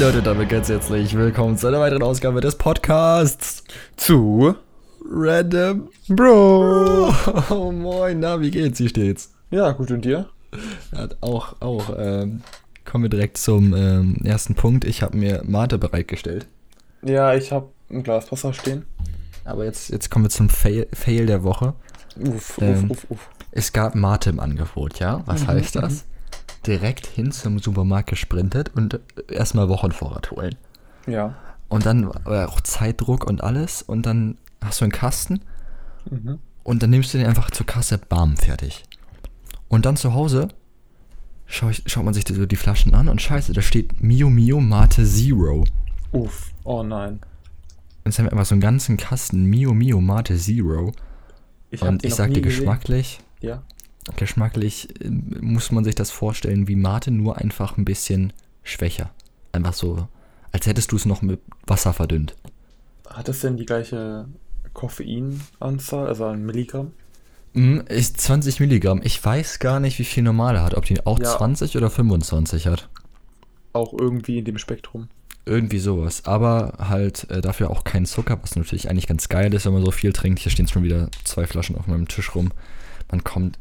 Leute, damit ganz herzlich willkommen zu einer weiteren Ausgabe des Podcasts zu Random Bro. Oh, moin, na, wie geht's? Wie steht's? Ja, gut, und dir? Ja, kommen wir direkt zum ersten Punkt. Ich habe mir Mate bereitgestellt. Ja, ich habe ein Glas Wasser stehen. Aber jetzt kommen wir zum Fail der Woche. Uff. Es gab Mate im Angebot, ja? Was heißt das? Direkt hin zum Supermarkt gesprintet und erstmal Wochenvorrat holen. Ja. Und dann auch Zeitdruck und alles. Und dann hast du einen Kasten. Und dann nimmst du den einfach zur Kasse, bam, fertig. Und dann zu Hause schaut man sich so die Flaschen an und scheiße, da steht Mio Mio Mate Zero. Uff, oh nein. Jetzt haben wir einfach so einen ganzen Kasten Mio Mio Mate Zero. Und ich sag dir, geschmacklich muss man sich das vorstellen wie Mate, nur einfach ein bisschen schwächer. Einfach so, als hättest du es noch mit Wasser verdünnt. Hat das denn die gleiche Koffeinanzahl, also an Milligramm? Ist 20 Milligramm. Ich weiß gar nicht, wie viel normale hat. Ob die auch 20 oder 25 hat. Auch irgendwie in dem Spektrum. Irgendwie sowas. Aber halt dafür auch kein Zucker, was natürlich eigentlich ganz geil ist, wenn man so viel trinkt. Hier stehen schon wieder 2 Flaschen auf meinem Tisch rum. Man kommt,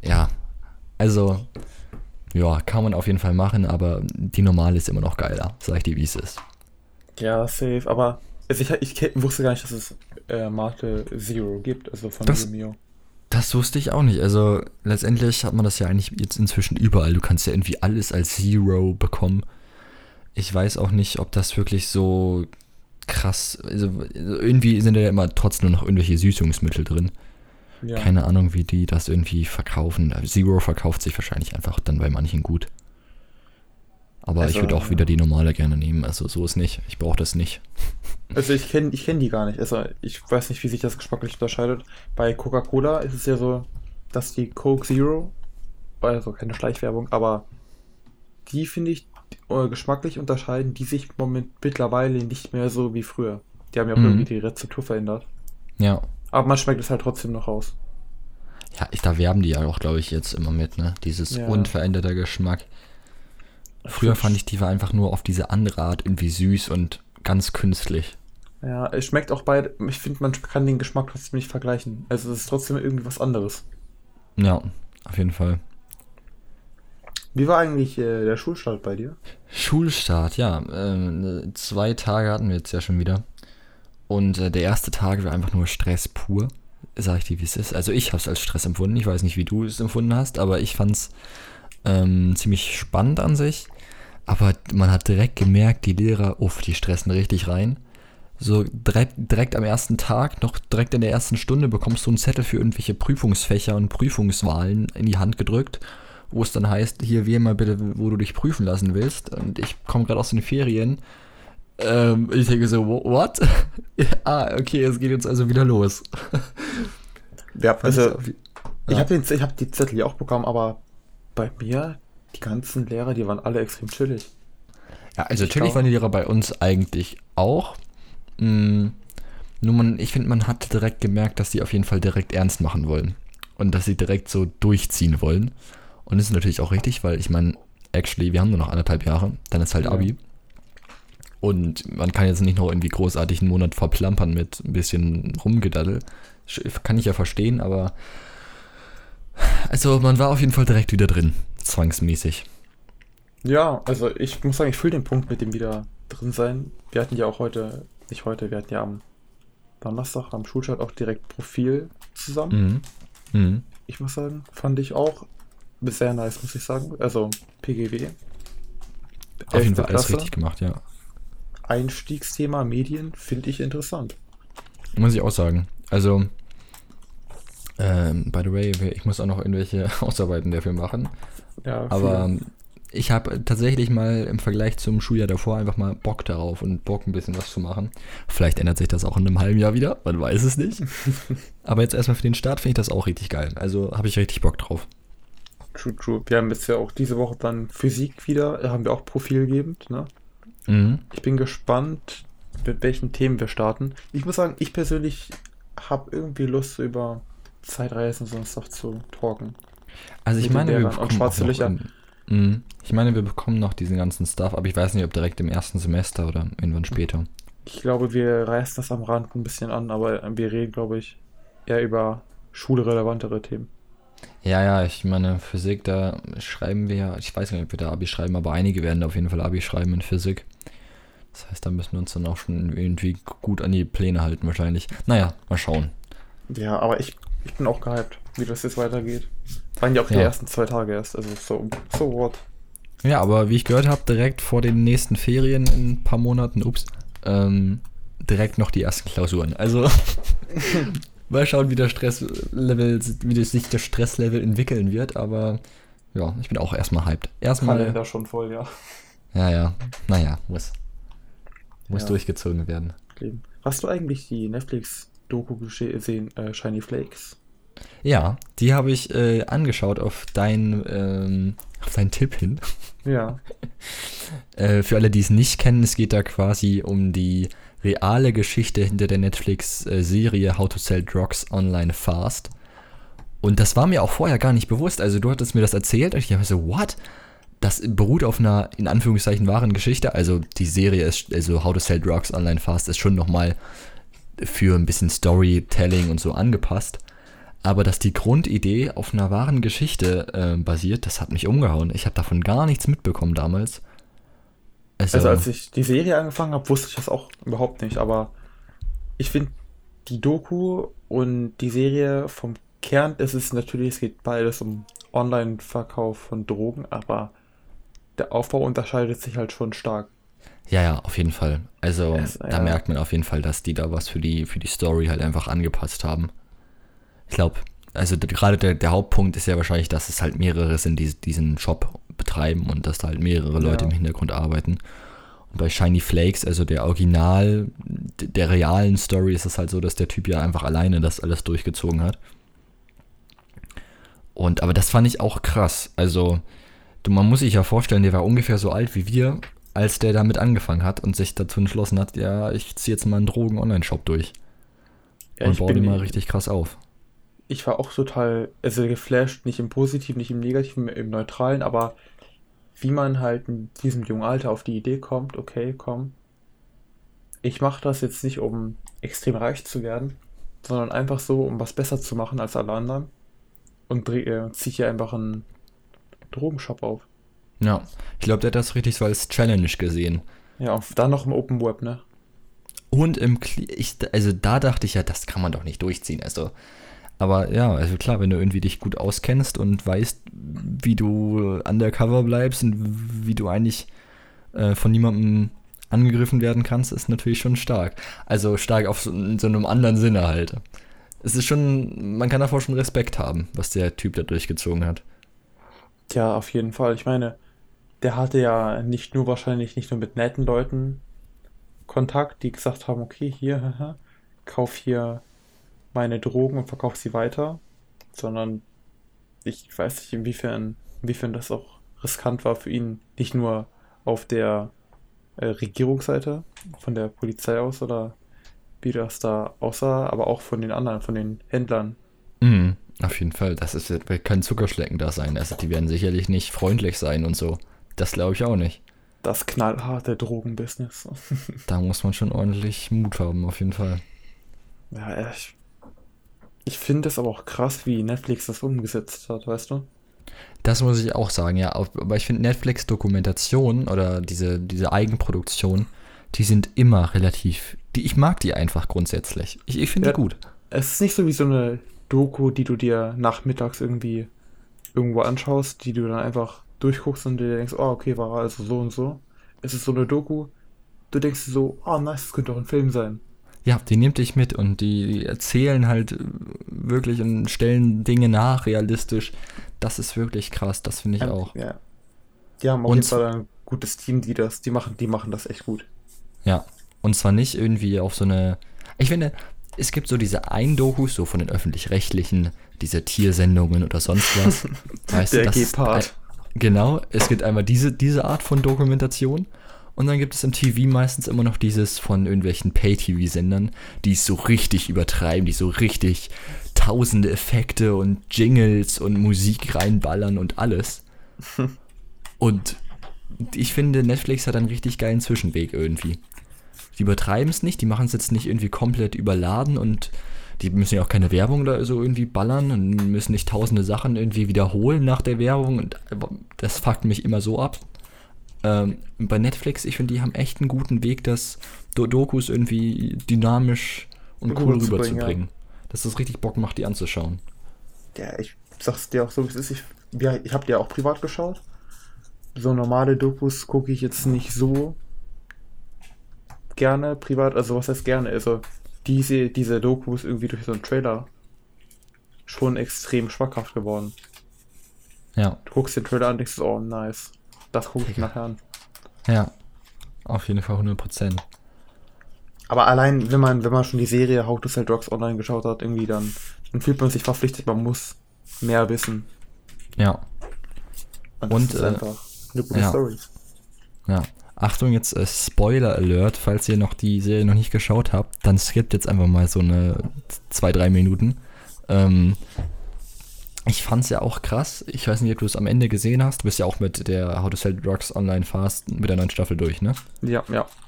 kann man auf jeden Fall machen, aber die normale ist immer noch geiler. Sag ich dir, wie es ist. Ja, safe. Aber also ich wusste gar nicht, dass es Mate Zero gibt, also von Mio. Das wusste ich auch nicht. Also letztendlich hat man das ja eigentlich jetzt inzwischen überall. Du kannst ja irgendwie alles als Zero bekommen. Ich weiß auch nicht, ob das wirklich so krass, also irgendwie sind da ja immer trotzdem noch irgendwelche Süßungsmittel drin. Ja. Keine Ahnung, wie die das irgendwie verkaufen. Zero verkauft sich wahrscheinlich einfach dann bei manchen gut. Aber also, ich würde auch wieder die normale gerne nehmen. Also so ist nicht. Ich brauche das nicht. Also ich kenn die gar nicht. Also ich weiß nicht, wie sich das geschmacklich unterscheidet. Bei Coca-Cola ist es ja so, dass die Coke Zero, also keine Schleichwerbung, aber die finde ich geschmacklich unterscheiden, die sich mittlerweile nicht mehr so wie früher. Die haben ja auch irgendwie die Rezeptur verändert. Ja. Aber man schmeckt es halt trotzdem noch raus. Ja, da werben die ja auch, glaube ich, jetzt immer mit, ne? Dieses unveränderte Geschmack. Früher fand ich, die war einfach nur auf diese andere Art irgendwie süß und ganz künstlich. Ja, es schmeckt auch beide. Ich finde, man kann den Geschmack trotzdem nicht vergleichen. Also es ist trotzdem irgendwie was anderes. Ja, auf jeden Fall. Wie war eigentlich der Schulstart bei dir? Schulstart, ja. 2 Tage hatten wir jetzt ja schon wieder. Und der erste Tag war einfach nur Stress pur. Sag ich dir, wie es ist. Also ich habe es als Stress empfunden. Ich weiß nicht, wie du es empfunden hast, aber ich fand es ziemlich spannend an sich. Aber man hat direkt gemerkt, die Lehrer, die stressen richtig rein. So direkt am ersten Tag, noch direkt in der ersten Stunde bekommst du einen Zettel für irgendwelche Prüfungsfächer und Prüfungswahlen in die Hand gedrückt, wo es dann heißt, hier wähl mal bitte, wo du dich prüfen lassen willst. Und ich komme gerade aus den Ferien. Ich denke so, what? Okay, es geht jetzt also wieder los. Ja, also ich habe die Zettel ja auch bekommen, aber bei mir, die ganzen Lehrer, die waren alle extrem chillig. Ja, also chillig waren die Lehrer bei uns eigentlich auch. Nur ich finde, man hat direkt gemerkt, dass die auf jeden Fall direkt ernst machen wollen. Und dass sie direkt so durchziehen wollen. Und das ist natürlich auch richtig, weil ich meine, wir haben nur noch 1,5 Jahre, dann ist halt Abi. Und man kann jetzt nicht noch irgendwie großartig einen Monat verplampern mit ein bisschen Rumgedaddel. Kann ich ja verstehen, aber also man war auf jeden Fall direkt wieder drin, zwangsmäßig. Ja, also ich muss sagen, ich fühle den Punkt mit dem wieder drin sein. Wir hatten ja auch wir hatten ja am Donnerstag am Schulstart auch direkt Profil zusammen. Ich muss sagen, fand ich auch sehr nice, muss ich sagen. Also PGW. Auf jeden Fall alles richtig gemacht, ja. Einstiegsthema Medien finde ich interessant. Muss ich auch sagen. Also, by the way, ich muss auch noch irgendwelche Hausarbeiten dafür machen. Ja, aber ich habe tatsächlich mal im Vergleich zum Schuljahr davor einfach mal Bock darauf und Bock ein bisschen was zu machen. Vielleicht ändert sich das auch in einem halben Jahr wieder, man weiß es nicht. Aber jetzt erstmal für den Start finde ich das auch richtig geil. Also habe ich richtig Bock drauf. True. Wir haben jetzt ja auch diese Woche dann Physik wieder, haben wir auch profilgebend, ne? Ich bin gespannt, mit welchen Themen wir starten. Ich muss sagen, ich persönlich habe irgendwie Lust, über Zeitreisen und so Stuff zu talken. Also ich meine, wir bekommen und schwarze Löcher. Ich meine, wir bekommen noch diesen ganzen Stuff, aber ich weiß nicht, ob direkt im ersten Semester oder irgendwann später. Ich glaube, wir reißen das am Rand ein bisschen an, aber wir reden, glaube ich, eher über schulrelevantere Themen. Ja, ich meine, Physik, da schreiben wir ja, ich weiß gar nicht, ob wir da Abi schreiben, aber einige werden da auf jeden Fall Abi schreiben in Physik. Das heißt, da müssen wir uns dann auch schon irgendwie gut an die Pläne halten wahrscheinlich. Naja, mal schauen. Ja, aber ich bin auch gehypt, wie das jetzt weitergeht. Waren ja auch die Ja. ersten 2 Tage erst, also so what. Ja, aber wie ich gehört habe, direkt vor den nächsten Ferien in ein paar Monaten, direkt noch die ersten Klausuren. Also mal schauen, wie sich der Stresslevel entwickeln wird, aber ja, ich bin auch erstmal hyped. Kalender schon voll, ja. Ja, naja, muss Ja. durchgezogen werden. Leben. Hast du eigentlich die Netflix-Doku gesehen, Shiny Flakes? Ja, die habe ich angeschaut auf deinen Tipp hin. Ja. Für alle, die es nicht kennen, es geht da quasi um die reale Geschichte hinter der Netflix-Serie How to Sell Drugs Online Fast. Und das war mir auch vorher gar nicht bewusst. Also du hattest mir das erzählt und ich dachte so, what? Das beruht auf einer, in Anführungszeichen, wahren Geschichte. Also die Serie ist, also How to Sell Drugs Online Fast ist schon nochmal für ein bisschen Storytelling und so angepasst. Aber dass die Grundidee auf einer wahren Geschichte basiert, das hat mich umgehauen. Ich habe davon gar nichts mitbekommen damals. Also als ich die Serie angefangen habe, wusste ich das auch überhaupt nicht, aber ich finde die Doku und die Serie vom Kern ist es natürlich, es geht beides um Online-Verkauf von Drogen, aber der Aufbau unterscheidet sich halt schon stark. Ja, auf jeden Fall. Also da Ja. merkt man auf jeden Fall, dass die da was für die Story halt einfach angepasst haben. Ich glaube, also gerade der Hauptpunkt ist ja wahrscheinlich, dass es halt mehrere sind, die diesen Shop betreiben und dass da halt mehrere Leute im Hintergrund arbeiten. Und bei Shiny Flakes, also der der realen Story, ist es halt so, dass der Typ ja einfach alleine das alles durchgezogen hat. Aber das fand ich auch krass. Also, man muss sich ja vorstellen, der war ungefähr so alt wie wir, als der damit angefangen hat und sich dazu entschlossen hat, ja, ich ziehe jetzt mal einen Drogen-Online-Shop durch. Ja, Und baue den mal richtig krass auf. Ich war auch total, also geflasht, nicht im Positiven, nicht im Negativen, im Neutralen, aber wie man halt in diesem jungen Alter auf die Idee kommt, okay, komm, ich mache das jetzt nicht, um extrem reich zu werden, sondern einfach so, um was besser zu machen als alle anderen und ziehe hier einfach einen Drogenshop auf. Ja, ich glaube, der hat das richtig so als Challenge gesehen. Ja, und dann noch im Open Web, ne? Und also da dachte ich ja, das kann man doch nicht durchziehen. Also, aber ja, also klar, wenn du irgendwie dich gut auskennst und weißt, wie du undercover bleibst und wie du eigentlich von niemandem angegriffen werden kannst, ist natürlich schon stark. Also stark in so einem anderen Sinne halt. Es ist schon, man kann davor schon Respekt haben, was der Typ da durchgezogen hat. Ja, auf jeden Fall. Ich meine, der hatte ja wahrscheinlich nicht nur mit netten Leuten Kontakt, die gesagt haben, okay, hier, haha, kauf hier meine Drogen und verkauf sie weiter, sondern ich weiß nicht, inwiefern das auch riskant war für ihn, nicht nur auf der Regierungsseite, von der Polizei aus oder wie das da aussah, aber auch von den anderen, von den Händlern. Mhm, auf jeden Fall, wird kein Zuckerschlecken da sein. Also die werden sicherlich nicht freundlich sein und so. Das glaube ich auch nicht. Das knallharte Drogenbusiness. Da muss man schon ordentlich Mut haben, auf jeden Fall. Ja, ich finde es aber auch krass, wie Netflix das umgesetzt hat, weißt du? Das muss ich auch sagen, ja. Aber ich finde Netflix-Dokumentationen oder diese Eigenproduktionen, die sind immer ich mag die einfach grundsätzlich. Ich finde Ja. die gut. Es ist nicht so wie so eine Doku, die du dir nachmittags irgendwie irgendwo anschaust, die du dann einfach durchguckst und dir denkst, oh, okay, war also so und so. Es ist so eine Doku, du denkst dir so, oh, nice, das könnte auch ein Film sein. Ja, die nimmt dich mit und die erzählen halt wirklich und stellen Dinge nach, realistisch. Das ist wirklich krass, das finde ich auch. Ja. Die haben auf Und- jeden Fall ein gutes Team, die machen das echt gut. Ja, und zwar nicht irgendwie auf so eine... Ich finde, es gibt so diese Eindokus, so von den Öffentlich-Rechtlichen, diese Tiersendungen oder sonst was. Weißt Der das ist Gepard. Genau, es gibt einmal diese Art von Dokumentation und dann gibt es im TV meistens immer noch dieses von irgendwelchen Pay-TV-Sendern, die es so richtig übertreiben, die so richtig tausende Effekte und Jingles und Musik reinballern und alles. Und ich finde, Netflix hat einen richtig geilen Zwischenweg irgendwie. Die übertreiben es nicht, die machen es jetzt nicht irgendwie komplett überladen und die müssen ja auch keine Werbung da so irgendwie ballern und müssen nicht tausende Sachen irgendwie wiederholen nach der Werbung und das fuckt mich immer so ab. Bei Netflix, ich finde, die haben echt einen guten Weg, das Dokus irgendwie dynamisch und cool rüberzubringen. Ja. Dass das richtig Bock macht, die anzuschauen. Ja, ich sag's dir auch so, wie es ist. Ich habe die auch privat geschaut. So normale Dokus gucke ich jetzt nicht so gerne privat. Also was heißt gerne? Also diese Dokus irgendwie durch so einen Trailer schon extrem schmackhaft geworden. Ja. Du guckst den Trailer an und denkst, oh nice. Das gucke ich nachher an. Ja, auf jeden Fall 100%. Aber allein, wenn man schon die Serie How to Sell Drugs Online geschaut hat, irgendwie dann fühlt man sich verpflichtet, man muss mehr wissen. Ja. Und das ist einfach eine gute Story. Ja. Achtung, jetzt Spoiler Alert, falls ihr noch die Serie noch nicht geschaut habt, dann skippt jetzt einfach mal so eine 2-3 Minuten. Ich fand's ja auch krass, ich weiß nicht, ob du es am Ende gesehen hast, du bist ja auch mit der How to Sell Drugs Online Fast mit der neuen Staffel durch, ne? Ja.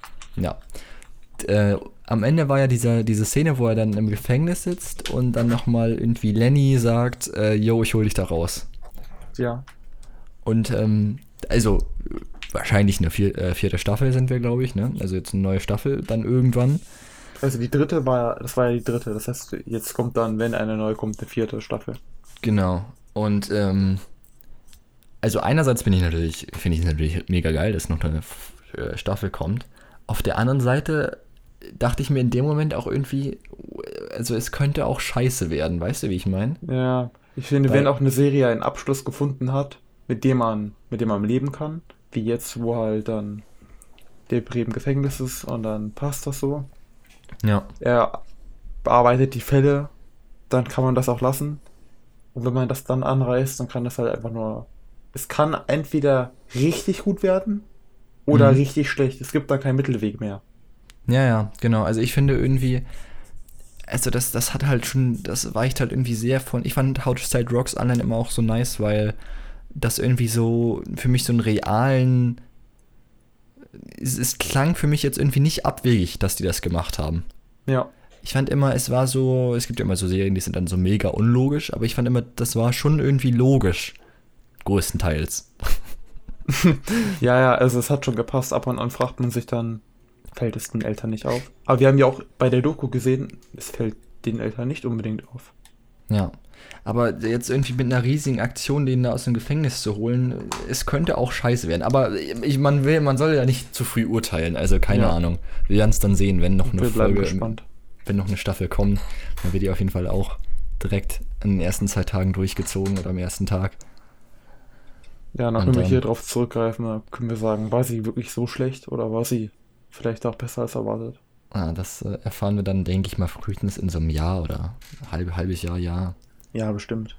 Am Ende war ja diese Szene, wo er dann im Gefängnis sitzt und dann nochmal irgendwie Lenny sagt, yo, ich hol dich da raus. Ja. Und also wahrscheinlich eine vierte Staffel sind wir, glaube ich, ne? Also jetzt eine neue Staffel dann irgendwann. Also die dritte war ja die dritte, das heißt, jetzt kommt dann, wenn eine neue kommt, eine vierte Staffel. Genau. Und also einerseits finde ich es natürlich mega geil, dass noch eine Staffel kommt. Auf der anderen Seite dachte ich mir in dem Moment auch irgendwie, also es könnte auch scheiße werden, weißt du, wie ich meine? Ja, ich finde, wenn auch eine Serie einen Abschluss gefunden hat, mit dem man leben kann, wie jetzt, wo halt dann der Brie im Gefängnis ist und dann passt das so. Ja. Er bearbeitet die Fälle, dann kann man das auch lassen. Und wenn man das dann anreißt, dann kann das halt einfach nur, es kann entweder richtig gut werden oder richtig schlecht. Es gibt da keinen Mittelweg mehr. Ja, genau. Also ich finde irgendwie, also das hat halt schon, das weicht halt irgendwie sehr von, ich fand How to Sell Drugs Online immer auch so nice, weil das irgendwie so, für mich so einen realen, es klang für mich jetzt irgendwie nicht abwegig, dass die das gemacht haben. Ja. Ich fand immer, es war so, es gibt ja immer so Serien, die sind dann so mega unlogisch, aber ich fand immer, das war schon irgendwie logisch. Größtenteils. Ja, also es hat schon gepasst. Ab und an fragt man sich dann, fällt es den Eltern nicht auf? Aber wir haben ja auch bei der Doku gesehen, es fällt den Eltern nicht unbedingt auf. Ja, aber jetzt irgendwie mit einer riesigen Aktion, den da aus dem Gefängnis zu holen, es könnte auch scheiße werden. Aber man soll ja nicht zu früh urteilen, also keine Ahnung. Wir werden es dann sehen, wenn noch eine Folge, wenn noch eine Staffel kommt, dann wird die auf jeden Fall auch direkt an den ersten 2 Tagen durchgezogen oder am ersten Tag. Ja, nachdem wir hier drauf zurückgreifen, dann können wir sagen, war sie wirklich so schlecht oder war sie vielleicht auch besser als erwartet? Das erfahren wir dann, denke ich mal, frühestens in so einem Jahr oder halbes Jahr. Ja, bestimmt.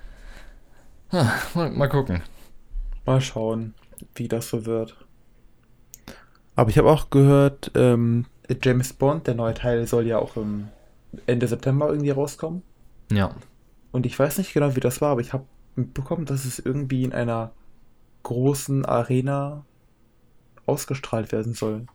Mal gucken. Mal schauen, wie das so wird. Aber ich habe auch gehört, James Bond, der neue Teil, soll ja auch Ende September irgendwie rauskommen. Ja. Und ich weiß nicht genau, wie das war, aber ich habe mitbekommen, dass es irgendwie in einer großen Arena ausgestrahlt werden soll.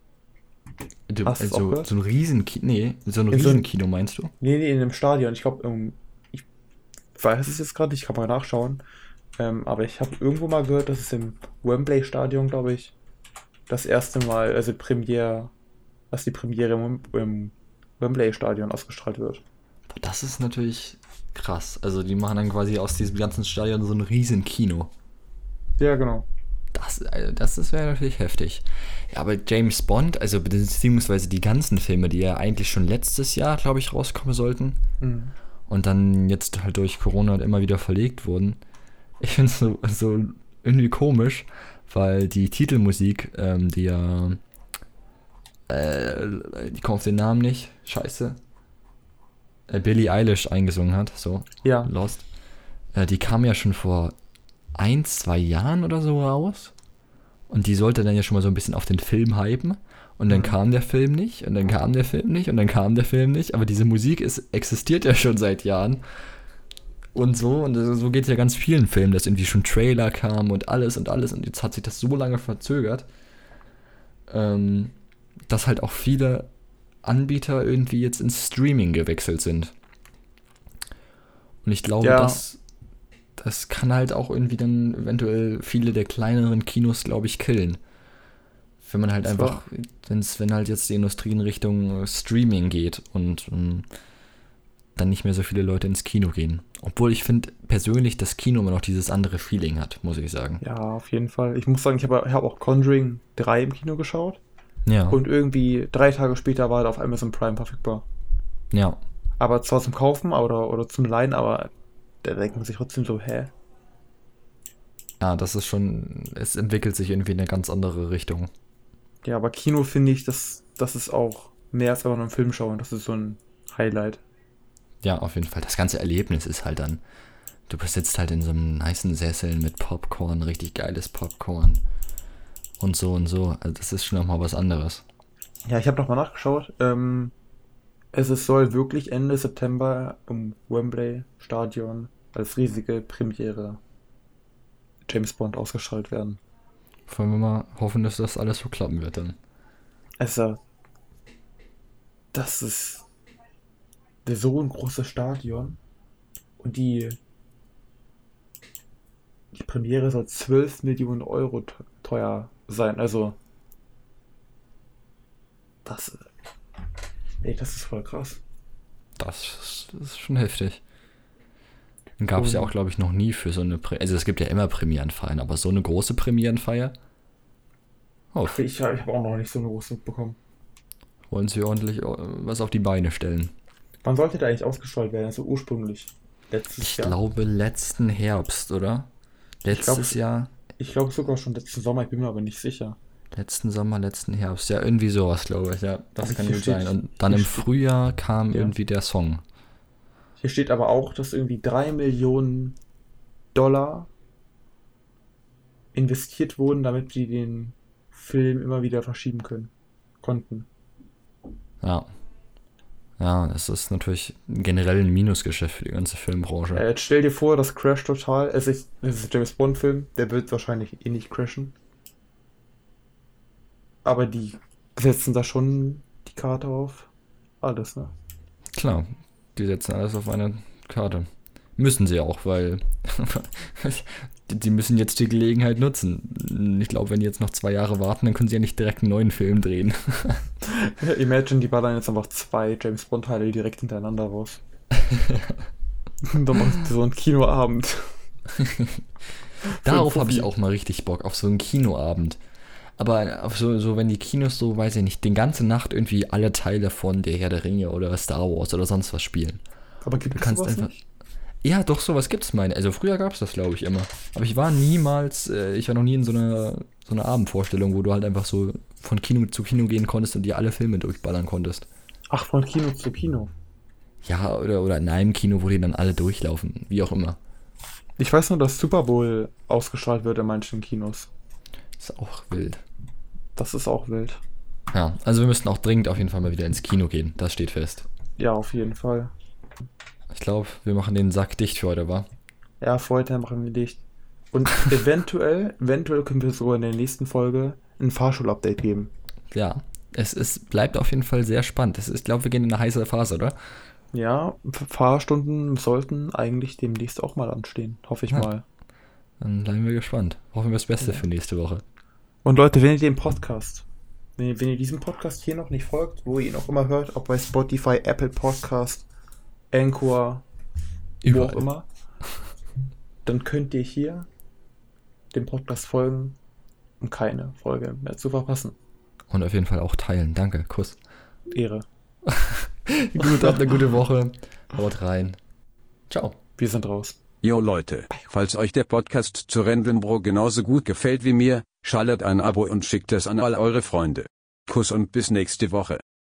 Also so ein Riesenkino meinst du? Nee, in einem Stadion. Ich glaube, ich weiß es jetzt gerade, ich kann mal nachschauen. Aber ich habe irgendwo mal gehört, dass es im Wembley-Stadion, glaube ich, das erste Mal, also dass die Premiere im Wembley-Stadion ausgestrahlt wird. Das ist natürlich krass. Also die machen dann quasi aus diesem ganzen Stadion so ein Riesenkino. Ja, genau. Das wäre natürlich heftig. Ja, aber James Bond, also beziehungsweise die ganzen Filme, die ja eigentlich schon letztes Jahr, glaube ich, rauskommen sollten und dann jetzt halt durch Corona immer wieder verlegt wurden. Ich finde es so irgendwie komisch, weil die Titelmusik, die ja ich komme auf den Namen nicht, scheiße, Billie Eilish eingesungen hat, so, ja. Lost, die kam ja schon vor 1-2 Jahren oder so raus und die sollte dann ja schon mal so ein bisschen auf den Film hypen und dann kam der Film nicht und dann kam der Film nicht und dann kam der Film nicht, aber diese Musik existiert ja schon seit Jahren. und so. Und so geht es ja ganz vielen Filmen, dass irgendwie schon Trailer kam und alles. Und jetzt hat sich das so lange verzögert, dass halt auch viele Anbieter irgendwie jetzt ins Streaming gewechselt sind. Und ich glaube, das kann halt auch irgendwie dann eventuell viele der kleineren Kinos, glaube ich, killen. Wenn man halt einfach, wenn halt jetzt die Industrie in Richtung Streaming geht und dann nicht mehr so viele Leute ins Kino gehen. Obwohl ich finde persönlich, dass Kino immer noch dieses andere Feeling hat, muss ich sagen. Ja, auf jeden Fall. Ich muss sagen, ich hab auch Conjuring 3 im Kino geschaut. Ja. Und irgendwie 3 Tage später war er auf Amazon Prime verfügbar. Ja. Aber zwar zum Kaufen oder zum Leihen, aber da denkt man sich trotzdem so, hä? Ja, das ist schon, es entwickelt sich irgendwie in eine ganz andere Richtung. Ja, aber Kino finde ich, das ist auch mehr als einfach nur ein Film schauen. Das ist so ein Highlight. Ja, auf jeden Fall. Das ganze Erlebnis ist halt dann, du sitzt halt in so einem nicen Sessel mit Popcorn, richtig geiles Popcorn und so und so. Also das ist schon nochmal was anderes. Ja, ich habe nochmal nachgeschaut. Soll wirklich Ende September im Wembley Stadion als riesige Premiere James Bond ausgestrahlt werden. Wollen wir mal hoffen, dass das alles so klappen wird dann. Also, das ist so ein großes Stadion und die Premiere soll 12 Millionen Euro teuer sein. Also, das ist voll krass. Das ist schon heftig. Gab es ja auch, glaube ich, noch nie für so eine also es gibt ja immer Premierenfeiern, aber so eine große Premierenfeier? Oh. Ich habe auch noch nicht so eine große bekommen. Wollen sie ordentlich was auf die Beine stellen. Wann sollte der eigentlich ausgestrahlt werden? Also ursprünglich? Ich glaube letzten Herbst, oder? Letztes Jahr? Ich glaube sogar schon letzten Sommer, ich bin mir aber nicht sicher. Letzten Sommer, letzten Herbst. Ja, irgendwie sowas, glaube ich. Ja, das kann gut sein. Und dann im Frühjahr kam irgendwie der Song. Hier steht aber auch, dass irgendwie 3 Millionen Dollar investiert wurden, damit die den Film immer wieder verschieben konnten. Ja. Ja, das ist natürlich generell ein Minusgeschäft für die ganze Filmbranche. Jetzt stell dir vor, das crasht total. Es ist ein James Bond Film, der wird wahrscheinlich eh nicht crashen. Aber die setzen da schon die Karte auf. Alles, ne? Klar, die setzen alles auf eine Karte. Müssen sie auch, weil die müssen jetzt die Gelegenheit nutzen. Ich glaube, wenn die jetzt noch 2 Jahre warten, dann können sie ja nicht direkt einen neuen Film drehen. Imagine, die ballern jetzt einfach 2 James Bond-Teile direkt hintereinander raus. Dann machst du so einen Kinoabend. Darauf habe ich auch mal richtig Bock, auf so einen Kinoabend. Aber auf so, wenn die Kinos so, weiß ich nicht, die ganze Nacht irgendwie alle Teile von Der Herr der Ringe oder Star Wars oder sonst was spielen. Aber gibt es sowas nicht? Ja, doch, sowas gibt's, meine. Also früher gab's das, glaube ich, immer. Aber ich war noch nie in so einer Abendvorstellung, wo du halt einfach so von Kino zu Kino gehen konntest und dir alle Filme durchballern konntest. Ach, von Kino zu Kino. Ja, oder in einem Kino, wo die dann alle durchlaufen, wie auch immer. Ich weiß nur, dass Super Bowl ausgestrahlt wird in manchen Kinos. Ist auch wild. Das ist auch wild. Ja, also wir müssten auch dringend auf jeden Fall mal wieder ins Kino gehen, das steht fest. Ja, auf jeden Fall. Ich glaube, wir machen den Sack dicht für heute, wa? Ja, für heute machen wir dicht. Und eventuell können wir sogar in der nächsten Folge ein Fahrschul-Update geben. Ja, bleibt auf jeden Fall sehr spannend. Ich glaube, wir gehen in eine heiße Phase, oder? Ja, Fahrstunden sollten eigentlich demnächst auch mal anstehen. Hoffe ich mal. Dann bleiben wir gespannt. Hoffen wir das Beste für nächste Woche. Und Leute, wenn ihr diesem Podcast hier noch nicht folgt, wo ihr ihn auch immer hört, ob bei Spotify, Apple Podcast, Anchor, überall, wo auch immer, dann könnt ihr hier dem Podcast folgen, um keine Folge mehr zu verpassen. Und auf jeden Fall auch teilen. Danke, Kuss. Ehre. Gut, habt eine gute Woche. Haut rein. Ciao. Wir sind raus. Jo Leute, falls euch der Podcast zu Rendenbro genauso gut gefällt wie mir, schaltet ein Abo und schickt es an all eure Freunde. Kuss und bis nächste Woche.